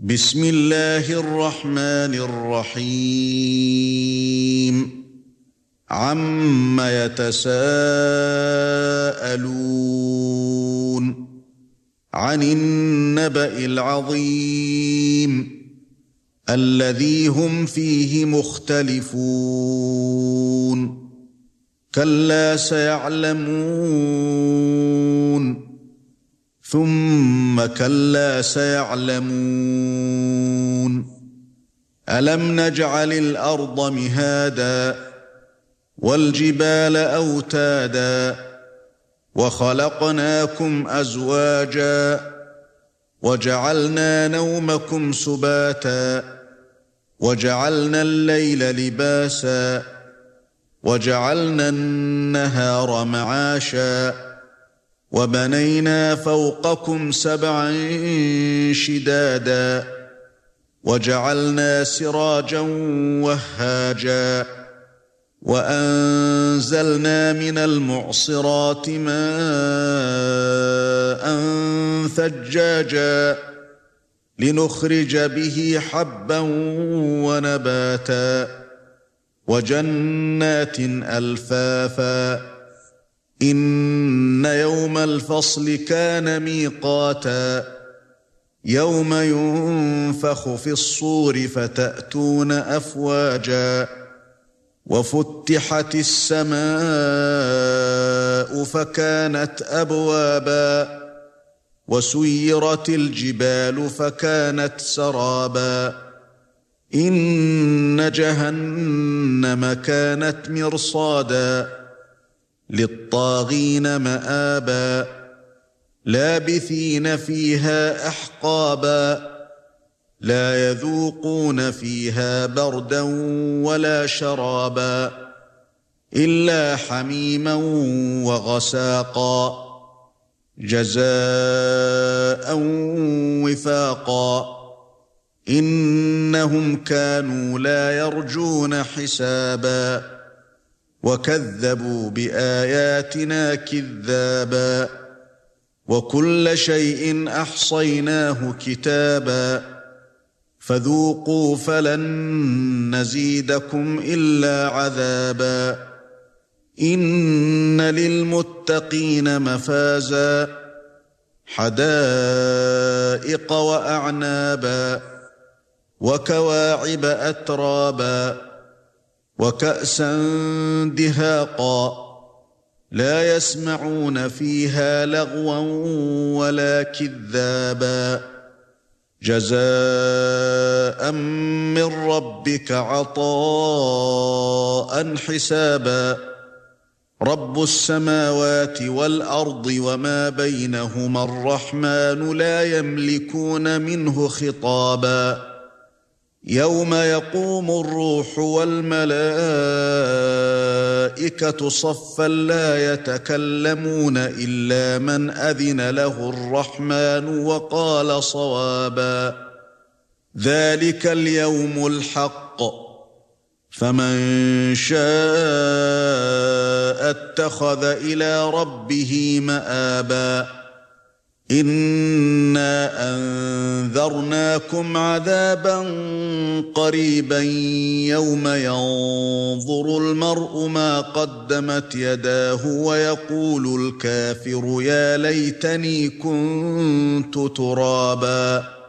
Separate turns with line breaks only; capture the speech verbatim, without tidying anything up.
بسم الله الرحمن الرحيم عَمَّ يتساءلون عن النبأ العظيم الذي هم فيه مختلفون كلا سيعلمون ثم كلا سيعلمون ألم نجعل الأرض مهادا والجبال أوتادا وخلقناكم أزواجا وجعلنا نومكم سباتا وجعلنا الليل لباسا وجعلنا النهار معاشا وبنينا فوقكم سبعا شدادا وجعلنا سراجا وهاجا وأنزلنا من المعصرات ماء ثجاجا لنخرج به حبا ونباتا وجنات ألفافا إن يوم الفصل كان ميقاتا يوم ينفخ في الصور فتأتون أفواجا وفتحت السماء فكانت أبوابا وسيرت الجبال فكانت سرابا إن جهنم كانت مرصادا للطاغين مآبا لابثين فيها أحقابا لا يذوقون فيها بردا ولا شرابا إلا حميما وغساقا جزاء وفاقا إنهم كانوا لا يرجون حسابا وكذبوا بآياتنا كذابا وكل شيء أحصيناه كتابا فذوقوا فلن نزيدكم إلا عذابا إن للمتقين مفازا حدائق وأعنابا وكواعب أترابا وكأسا دهاقا لا يسمعون فيها لغوا ولا كذابا جزاء من ربك عطاء حسابا رب السماوات والأرض وما بينهما الرحمن لا يملكون منه خطابا يوم يقوم الروح والملائكة صفا لا يتكلمون إلا من أذن له الرحمن وقال صوابا ذلك اليوم الحق فمن شاء اتخذ إلى ربه مآبا إنا أنذرناكم عذابا قريبا يوم ينظر المرء ما قدمت يداه ويقول الكافر يا ليتني كنت ترابا